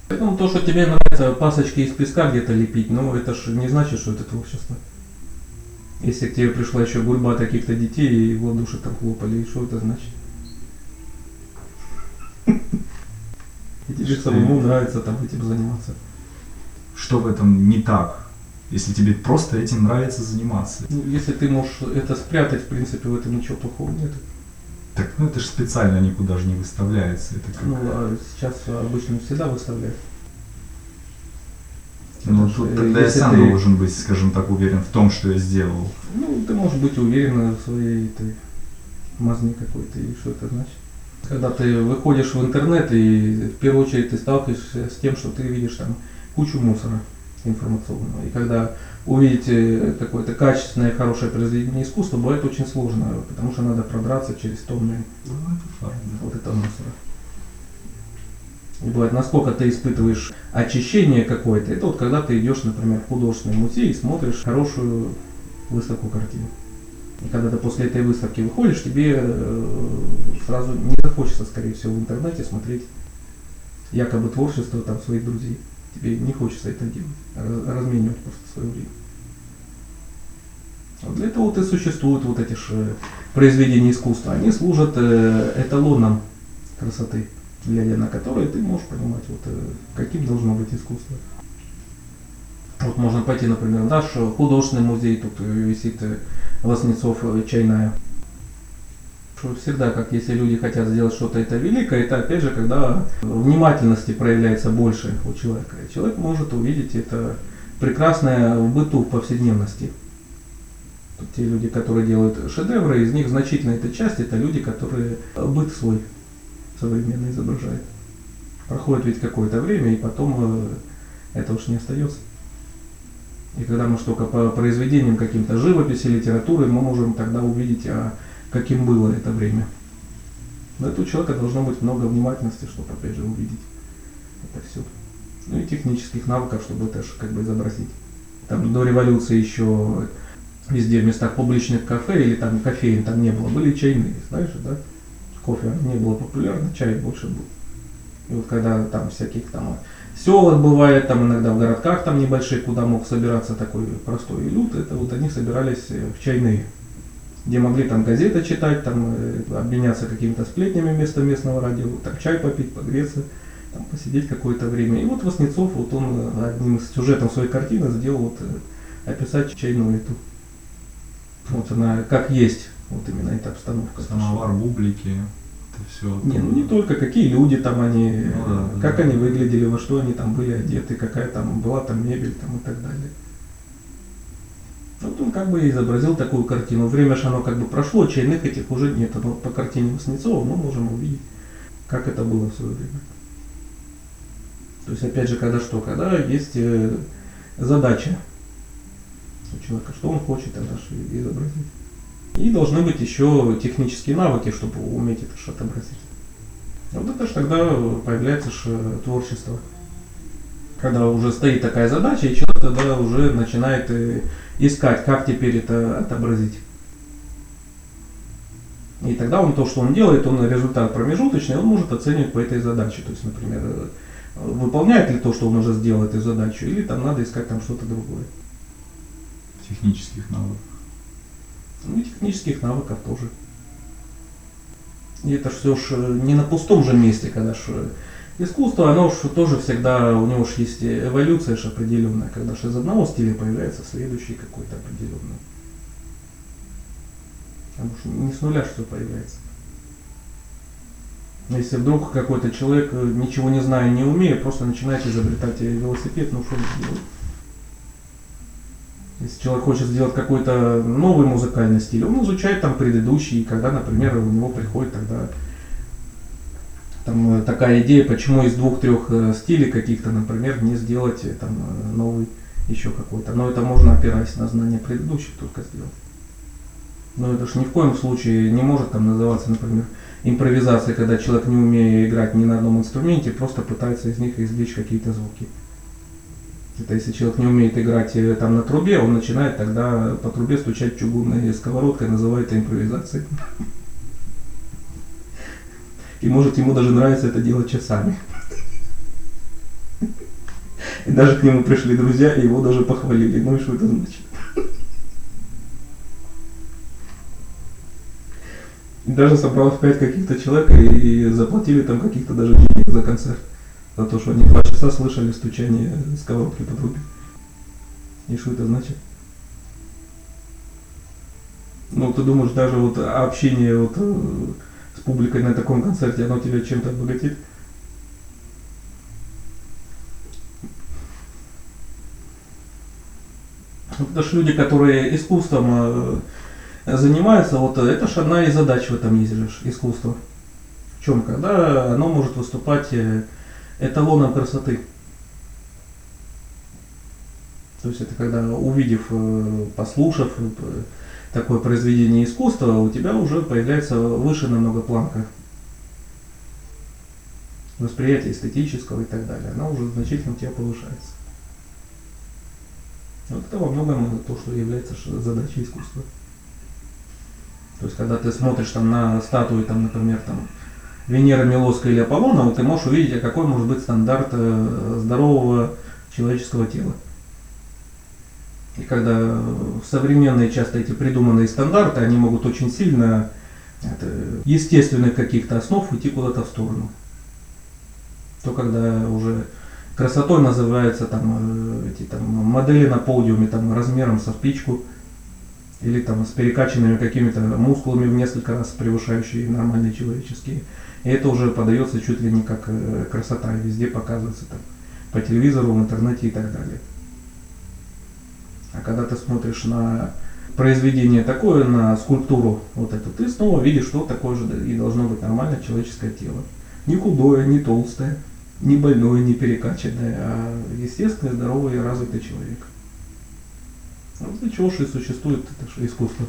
Поэтому то, что тебе нравится пасочки из песка где-то лепить, ну это же не значит, что это творчество. Если к тебе пришла еще гурьба таких-то детей и в ладоши там хлопали, и что это значит? И тебе самому нравится там этим заниматься. Что в этом не так, если тебе просто этим нравится заниматься? Ну, если ты можешь это спрятать, в принципе, в этом ничего плохого нет. Так, ну это же специально никуда же не выставляется. Это как... Ну, а сейчас обычно всегда выставляют. Ну, тут тогда я сам должен быть, скажем так, уверен в том, что я сделал. Ну, ты можешь быть уверен в своей этой мазне какой-то, и что это значит. Когда ты выходишь в интернет, и в первую очередь ты сталкиваешься с тем, что ты видишь там кучу мусора информационного. И когда увидеть какое-то качественное, хорошее произведение искусства, бывает очень сложно, потому что надо продраться через тонны вот этого мусора. И бывает, насколько ты испытываешь очищение какое-то, это вот когда ты идешь, например, в художественный музей и смотришь хорошую выставку картин. И когда ты после этой выставки выходишь, тебе сразу не захочется, скорее всего, в интернете смотреть якобы творчество там своих друзей. Тебе не хочется это делать, разменивать просто свое время. Вот для этого вот и существуют вот эти же произведения искусства. Они служат эталоном красоты, глядя на которые ты можешь понимать, вот, каким должно быть искусство. Вот можно пойти, например, в наш художественный музей, тут висит Васнецов чайная. Всегда, как если люди хотят сделать что-то это великое, это опять же, когда внимательности проявляется больше у человека. И человек может увидеть это прекрасное в быту, в повседневности. Тут те люди, которые делают шедевры, из них значительная эта часть, это люди, которые быт свой современно изображают. Проходит ведь какое-то время, и потом это уж не остается. И когда мы только по произведениям каким-то живописи, литературы, мы можем тогда увидеть, каким было это время. Но это у человека должно быть много внимательности, чтобы опять же увидеть это все. Ну и технических навыков, чтобы это как бы изобразить. Там до революции еще везде в местах публичных кафе или там кофеин там не было, были чайные, знаешь, да? Кофе не было популярно, чай больше был. И вот когда там всяких там селах бывает, там иногда в городках там небольших, куда мог собираться такой простой люд, это вот они собирались в чайные, где могли там газеты читать, там обменяться какими-то сплетнями вместо местного радио, там чай попить, погреться, там посидеть какое-то время. И вот Васнецов, вот он одним из сюжетов своей картины сделал вот описать чайную эту. Вот она как есть, вот именно эта обстановка. Самовар, бублики, это все. Не, ну не только, какие люди там они, ну, да, как да. они выглядели, во что они там были одеты, какая там была там мебель там и так далее. Вот он как бы изобразил такую картину. Время же оно как бы прошло, чайных этих уже нет. Но по картине Васнецова мы можем увидеть, как это было в свое время. То есть опять же, когда есть задача у человека, что он хочет тогда изобразить. И должны быть еще технические навыки, чтобы уметь это что-то отобразить. Вот это же тогда появляется творчество. Когда уже стоит такая задача, и человек тогда уже начинает искать, как теперь это отобразить. И тогда он то, что он делает, он результат промежуточный, он может оценивать по этой задаче. То есть, например, выполняет ли то, что он уже сделал эту задачу, или там надо искать там что-то другое. Технических навыков. Ну и технических навыков тоже. И это все ж не на пустом же месте, когда ж искусство, оно ж тоже всегда, у него ж есть эволюция ж определенная, когда ж из одного стиля появляется следующий какой-то определенный. Потому что не с нуля все появляется. Если вдруг какой-то человек, ничего не зная, не умея, просто начинает изобретать велосипед, ну что он делает? Если человек хочет сделать какой-то новый музыкальный стиль, он изучает там предыдущий, и когда, например, у него приходит тогда там такая идея, почему из 2-3 стилей каких-то, например, не сделать там новый еще какой-то. Но это можно, опираясь на знания предыдущих, только сделать. Но это ж ни в коем случае не может там называться, например, импровизацией, когда человек, не умея играть ни на одном инструменте, просто пытается из них извлечь какие-то звуки. Это если человек не умеет играть там на трубе, он начинает тогда по трубе стучать чугунной сковородкой, называет это импровизацией. И может ему даже нравится это делать часами. И даже к нему пришли друзья, и его даже похвалили. Ну и что это значит? И даже собралось 5 каких-то человек и заплатили там каких-то даже денег за концерт. За то, что они 2 часа слышали стучание сковородки по трубе. И что это значит? Ну, ты думаешь, даже вот общение вот с публикой на таком концерте, оно тебя чем-то обогатит? Это же люди, которые искусством занимаются, вот это же одна из задач в этом есть же, искусство. В чем? Когда оно может выступать эталоном красоты. То есть это когда, увидев, послушав такое произведение искусства, у тебя уже появляется выше намного планка восприятия эстетического и так далее. Она уже значительно у тебя повышается. Вот это во многом то, что является задачей искусства. То есть когда ты смотришь там на статуи, там, например, там, Венеры, Милоска или Аполлона, вот ты можешь увидеть, какой может быть стандарт здорового человеческого тела. И когда современные часто эти придуманные стандарты, они могут очень сильно естественных каких-то основ уйти куда-то в сторону. То когда уже красотой называется там, эти там, модели на подиуме там, размером со спичку или там, с перекачанными какими-то мускулами в несколько раз превышающие нормальные человеческие. И это уже подается чуть ли не как красота, и везде показывается там, по телевизору, в интернете и так далее. А когда ты смотришь на произведение такое, на скульптуру вот эту, ты снова видишь, что такое же и должно быть нормальное человеческое тело. Не худое, не толстое, не больное, не перекачанное, а естественный, здоровый и развитый человек. Вот для чего же и существует это же искусство.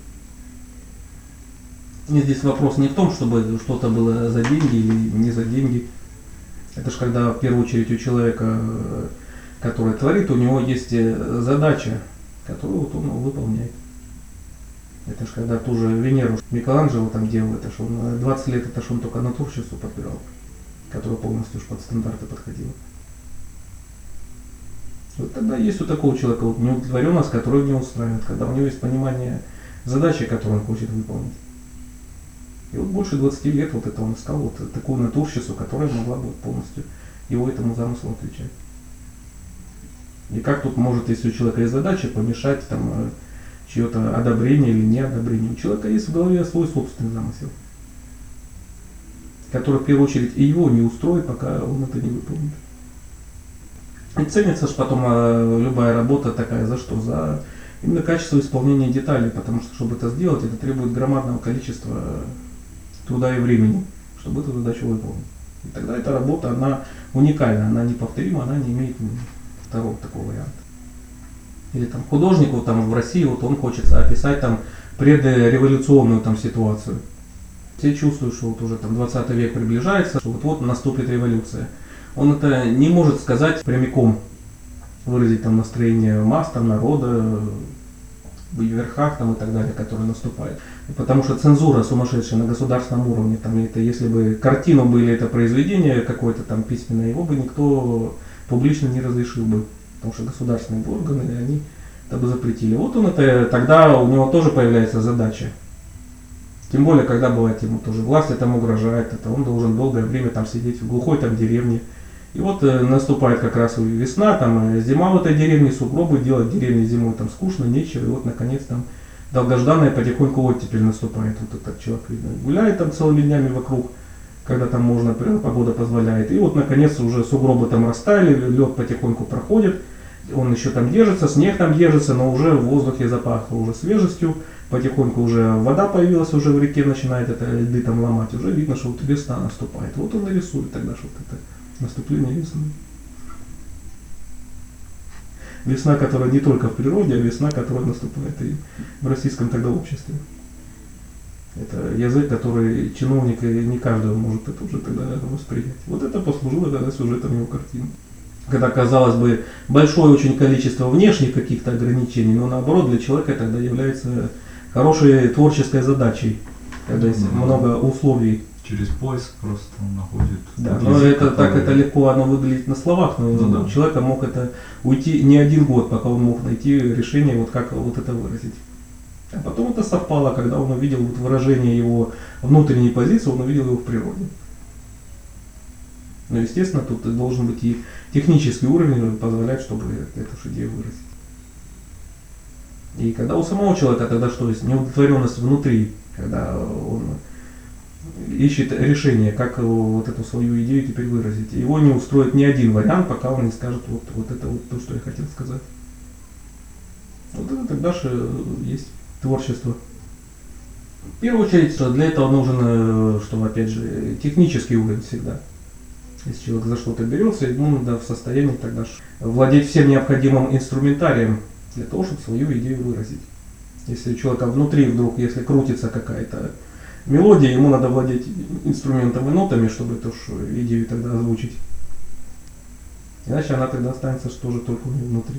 И здесь вопрос не в том, чтобы что-то было за деньги или не за деньги. Это же когда в первую очередь у человека, который творит, у него есть задача, которую вот он выполняет. Это же когда ту же Венеру Микеланджело там делал, это ж он 20 лет, это ж он только натурщицу подбирал, которая полностью уж под стандарты подходила. Вот тогда есть у такого человека вот неудовлетворенность, которая не устраивает, когда у него есть понимание задачи, которую он хочет выполнить. И вот больше 20 лет вот это он искал вот такую натурщицу, которая могла бы полностью его этому замыслу отвечать. И как тут может, если у человека есть задача, помешать там чье-то одобрение или неодобрение? У человека есть в голове свой собственный замысел, который в первую очередь и его не устроит, пока он это не выполнит. И ценится же потом любая работа такая за что? За именно качество исполнения деталей, потому что чтобы это сделать, это требует громадного количества труда и времени, чтобы эту задачу выполнить. И тогда эта работа, она уникальна, она неповторима, она не имеет второго такого варианта. Или там художник вот там в России, вот он хочет описать там предреволюционную там ситуацию. Все чувствуют, что вот уже там 20 век приближается, что вот наступит революция. Он это не может сказать прямиком, выразить там настроение масс, там, народа, в верхах там, и так далее, которые наступают. Потому что цензура сумасшедшая на государственном уровне, там, это, если бы картину были это произведение какое-то там письменное, его бы никто публично не разрешил бы, потому что государственные органы, они это бы запретили. Вот он это, тогда у него тоже появляется задача. Тем более, когда бывает ему тоже власть этому угрожает, это он должен долгое время там сидеть в глухой там деревне. И вот наступает как раз весна, там зима в этой деревне, сугробы, делать в деревне зимой там скучно, нечего. И вот наконец там долгожданная потихоньку оттепель наступает. Вот этот человек гуляет там целыми днями вокруг, когда там можно, погода позволяет. И вот наконец уже сугробы там растаяли, лед потихоньку проходит. Он еще там держится, снег там держится, но уже в воздухе запахло уже свежестью. Потихоньку уже вода появилась, уже в реке начинает это льды там ломать. Уже видно, что вот весна наступает. Вот он и рисует тогда, что вот это наступление весны. Весна, которая не только в природе, а весна, которая наступает и в российском тогда обществе. Это язык, который чиновник не каждый может это уже тогда воспринять. Вот это послужило тогда сюжетом его картины. Когда, казалось бы, большое очень количество внешних каких-то ограничений, но наоборот для человека тогда является хорошей творческой задачей, когда есть много условий. Через поиск просто он находит. Да, тот но язык, это так который- это легко оно выглядит на словах, но Ну да. у человека мог это уйти не один год, пока он мог найти решение, вот как вот это выразить. А потом это совпало, когда он увидел вот выражение его внутренней позиции, он увидел его в природе. Но, естественно, тут должен быть и технический уровень позволять, чтобы эту же идею выразить. И когда у самого человека тогда что есть? Неудовлетворенность внутри, когда он ищет решение, как вот эту свою идею теперь выразить. Его не устроит ни один вариант, пока он не скажет вот это вот то, что я хотел сказать. Вот это тогда же есть творчество. В первую очередь, что для этого нужен, что опять же, технический уровень всегда. Если человек за что-то берется, ему надо в состоянии тогда владеть всем необходимым инструментарием для того, чтобы свою идею выразить. Если у человека внутри вдруг, если крутится какая-то мелодия, ему надо владеть инструментом и нотами, чтобы эту идею тогда озвучить. Иначе она тогда останется тоже только у него внутри.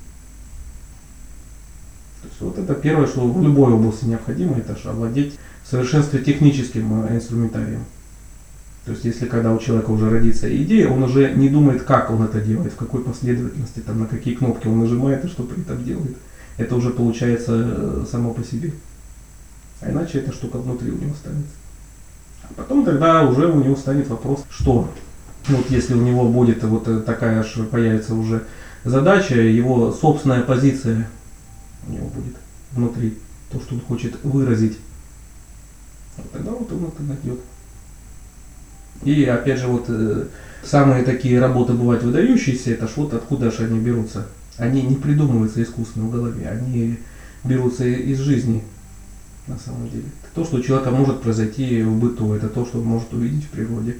То есть вот это первое, что в любой области необходимо, это овладеть в совершенстве техническим инструментарием. То есть если когда у человека уже родится идея, он уже не думает, как он это делает, в какой последовательности, там, на какие кнопки он нажимает и что при этом делает. Это уже получается само по себе. А иначе эта штука внутри у него останется. А потом тогда уже у него станет вопрос, что вот если у него будет вот такая же, появится уже задача, его собственная позиция у него будет внутри, то, что он хочет выразить. Вот тогда вот он это найдет. И опять же вот самые такие работы бывают выдающиеся, это ж вот откуда же они берутся. Они не придумываются искусственно в голове, они берутся из жизни на самом деле. Это то, что у человека может произойти в быту, это то, что он может увидеть в природе.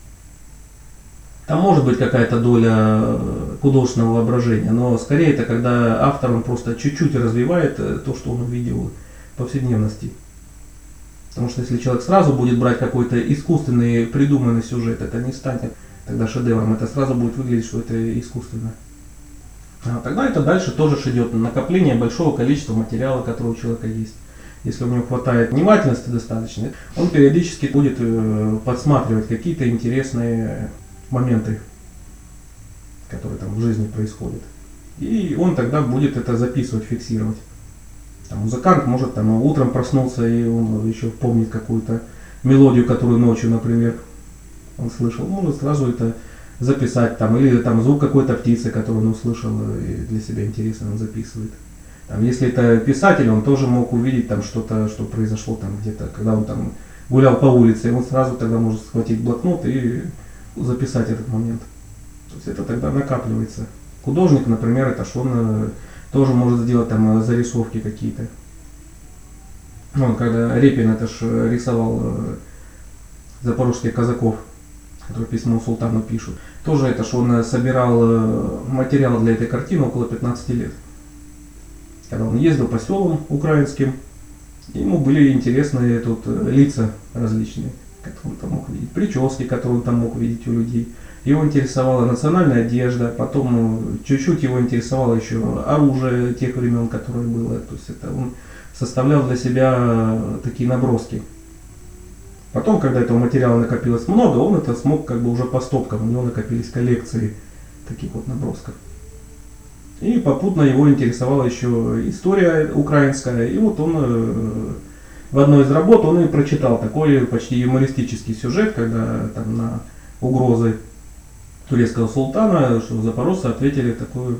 Там может быть какая-то доля художественного воображения, но скорее это когда автор он просто чуть-чуть развивает то, что он увидел в повседневности. Потому что если человек сразу будет брать какой-то искусственный придуманный сюжет, это не станет тогда шедевром, это сразу будет выглядеть, что это искусственно. А тогда это дальше тоже идет накопление большого количества материала, который у человека есть. Если у него хватает внимательности достаточно, он периодически будет подсматривать какие-то интересные моменты, которые там в жизни происходят. И он тогда будет это записывать, фиксировать. Там, музыкант может там утром проснуться и он еще помнит какую-то мелодию, которую ночью, например, он слышал. Он может сразу это записать там, или там звук какой-то птицы, которую он услышал и для себя интересно, он записывает. Там, если это писатель, он тоже мог увидеть там что-то, что произошло там где-то, когда он там гулял по улице, и он сразу тогда может схватить блокнот и записать этот момент. То есть это тогда накапливается. Художник, например, это ж он тоже может сделать там зарисовки какие-то. Ну, когда Репин это ж рисовал запорожских казаков, которые письмо султану пишут, тоже это ж он собирал материал для этой картины около 15 лет. Когда он ездил по селам украинским, ему были интересны тут лица различные, которые он там мог видеть, прически, которые он там мог видеть у людей. Его интересовала национальная одежда, потом чуть-чуть его интересовало еще оружие тех времен, которое было. То есть это он составлял для себя такие наброски. Потом, когда этого материала накопилось много, он это смог как бы уже по стопкам, у него накопились коллекции таких вот набросков. И попутно его интересовала еще история украинская, и вот он в одной из работ он и прочитал такой почти юмористический сюжет, когда там на угрозы турецкого султана, что запорожцы ответили такую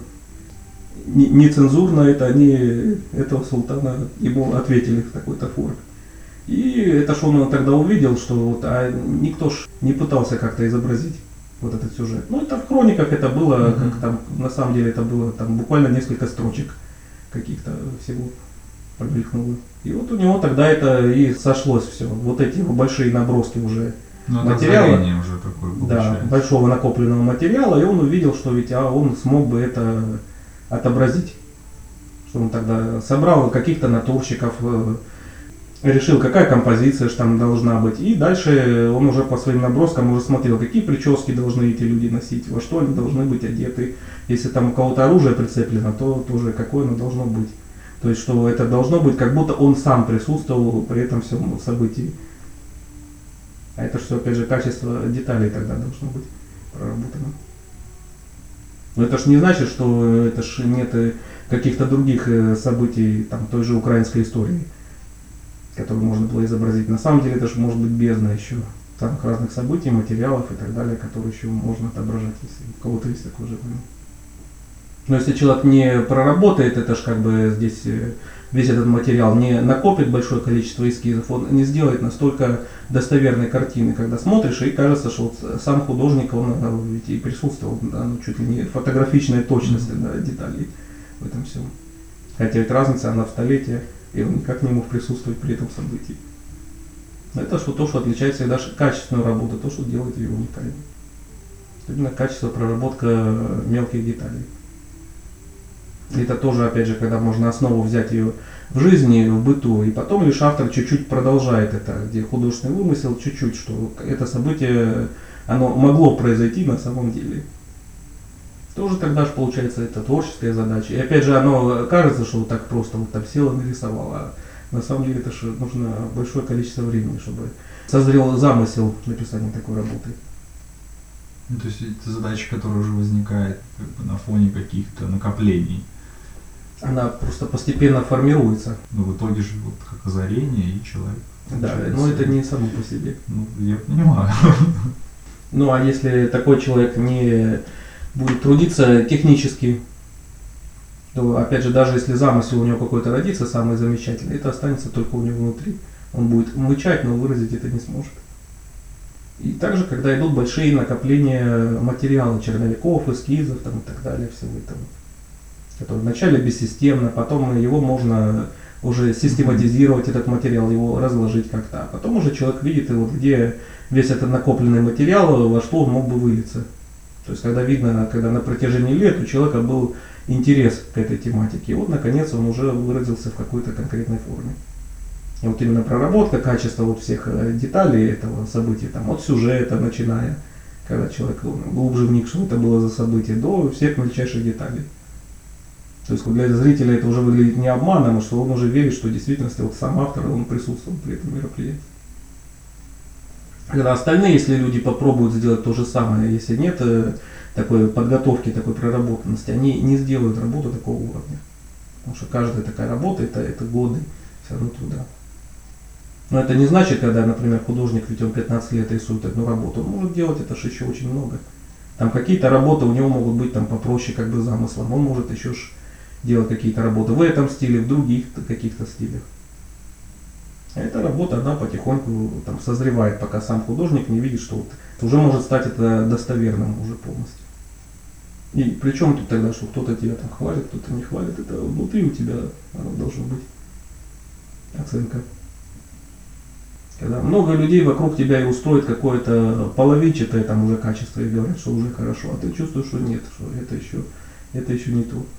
нецензурно, это они этого султана ему ответили в такой-то форме. И это ж он тогда увидел, что вот, никто ж не пытался как-то изобразить вот этот сюжет. Ну это в хрониках это было, как там, на самом деле это было там буквально несколько строчек каких-то всего промелькнуло. И вот у него тогда это и сошлось все. Вот эти его большие наброски уже материала, уже такое да, большого накопленного материала, и он увидел, что ведь он смог бы это отобразить. Что он тогда собрал каких-то натурщиков, решил, какая композиция же там должна быть. И дальше он уже по своим наброскам уже смотрел, какие прически должны эти люди носить, во что они должны быть одеты. Если там у кого-то оружие прицеплено, то тоже какое оно должно быть. То есть, что это должно быть, как будто он сам присутствовал при этом всем событии. А это все, опять же, качество деталей тогда должно быть проработано. Но это ж не значит, что это ж нет каких-то других событий, там, той же украинской истории, которую можно было изобразить. На самом деле это же может быть бездна еще самых разных событий, материалов и так далее, которые еще можно отображать, если у кого-то есть такое желание. Но если человек не проработает, это же как бы здесь весь этот материал, не накопит большое количество эскизов, он не сделает настолько достоверной картины, когда смотришь, и кажется, что вот сам художник, он ведь и присутствовал, да, ну, чуть ли не фотографичная точность да, деталей в этом всем. Хотя ведь разница, она в столетие, и он никак не мог присутствовать при этом событии. Это что то, что отличает всегда качественную работу, то, что делает ее уникальной. Именно качество, проработка мелких деталей. Это тоже, опять же, когда можно основу взять ее в жизни, в быту, и потом лишь автор чуть-чуть продолжает это, где художественный вымысел чуть-чуть, что это событие, оно могло произойти на самом деле. Тоже тогда же получается это творческая задача. И опять же, оно кажется, что вот так просто вот там сел и нарисовал, а на самом деле это же нужно большое количество времени, чтобы созрел замысел написания такой работы. Ну, то есть это задача, которая уже возникает как бы на фоне каких-то накоплений. Она просто постепенно формируется. Но в итоге же вот как озарение и человек. Да, но это не само по себе. Ну, я понимаю. Ну а если такой человек не будет трудиться технически, то опять же, даже если замысел у него какой-то родится, самый замечательный, это останется только у него внутри. Он будет мычать, но выразить это не сможет. И также, когда идут большие накопления материала, черновиков, эскизов там, и так далее, всего этого, который вначале бессистемно, потом его можно уже систематизировать, этот материал, его разложить как-то, а потом уже человек видит, вот, где весь этот накопленный материал, во что он мог бы вылиться. То есть, когда видно, когда на протяжении лет у человека был интерес к этой тематике, и вот, наконец, он уже выразился в какой-то конкретной форме. И вот именно проработка качества вот всех деталей этого события, там, от сюжета начиная, когда человек глубже вник, что это было за событие, до всех мельчайших деталей. То есть для зрителя это уже выглядит не обманом, а что он уже верит, что в действительности вот сам автор, он присутствовал при этом мероприятии. Когда остальные, если люди попробуют сделать то же самое, если нет такой подготовки, такой проработанности, они не сделают работу такого уровня. Потому что каждая такая работа, это годы все равно труда. Но это не значит, когда, например, художник, ведь он 15 лет рисует одну работу, он может делать это же еще очень много. Там какие-то работы у него могут быть там попроще как бы замыслом, он может еще делать какие-то работы в этом стиле, в других каких-то стилях. А эта работа, она потихоньку там созревает, пока сам художник не видит, что вот уже может стать это достоверным уже полностью. И причем тут тогда, что кто-то тебя там хвалит, кто-то не хвалит, это внутри у тебя должна быть оценка. Когда много людей вокруг тебя и устроит какое-то половинчатое там уже качество и говорят, что уже хорошо, а ты чувствуешь, что нет, что это еще не то.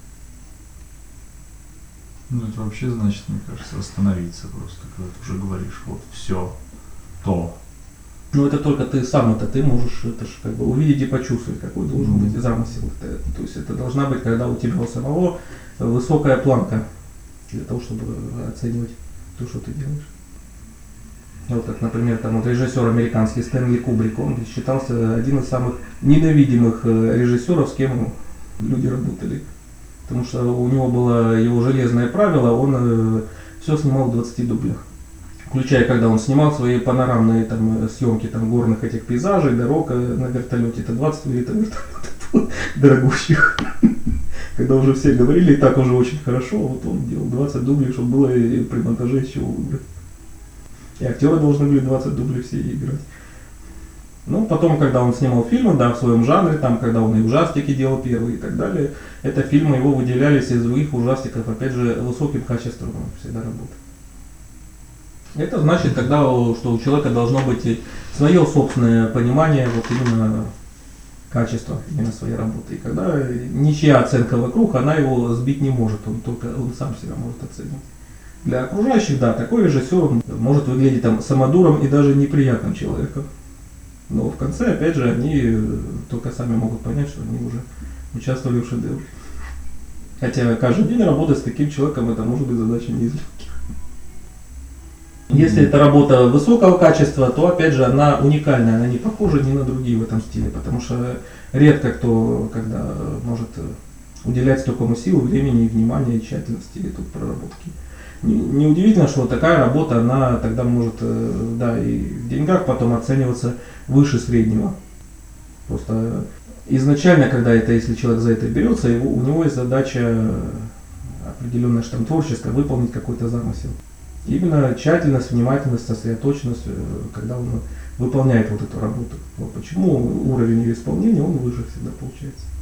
Ну это вообще значит, мне кажется, остановиться просто, когда ты уже говоришь, вот все, то. Ну это только ты сам ты можешь это же как бы увидеть и почувствовать, какой должен быть замысел. То есть это должна быть, когда у тебя у самого высокая планка для того, чтобы оценивать то, что ты делаешь. Вот как, например, там вот режиссер американский Стэнли Кубрик, он считался один из самых ненавидимых режиссеров, с кем люди работали. Потому что у него было его железное правило, он все снимал в 20 дублях. Включая, когда он снимал свои панорамные там, съемки там, горных этих пейзажей, дорог на вертолете, это 20 вертолетов дорогущих. Когда уже все говорили, и так уже очень хорошо, вот он делал 20 дублей, чтобы было и при монтаже из чего выбрать. И актеры должны были 20 дублей все играть. Ну, потом, когда он снимал фильмы, да, в своем жанре, там, когда он и ужастики делал первые и так далее, это фильмы его выделялись из других ужастиков, опять же, высоким качеством всегда работы. Это значит тогда, что у человека должно быть свое собственное понимание вот именно качества именно своей работы. И когда ничья оценка вокруг, она его сбить не может, он сам себя может оценить. Для окружающих, да, такой режиссер может выглядеть там самодуром и даже неприятным человеком. Но в конце, опять же, они только сами могут понять, что они уже участвовали в шедевре. Хотя каждый день работать с таким человеком, это может быть задача не из легких. Если это работа высокого качества, то опять же она уникальная, она не похожа ни на другие в этом стиле, потому что редко кто когда может уделять столько сил, времени, внимания и тщательности тут проработки. Неудивительно, что такая работа, она тогда может, да, и в деньгах потом оцениваться выше среднего. Просто изначально, когда это, если человек за это берется, у него есть задача определенная, что там творческая, выполнить какой-то замысел. Именно тщательность, внимательность, сосредоточенность, когда он выполняет вот эту работу. Вот почему уровень ее исполнения, он выше всегда получается.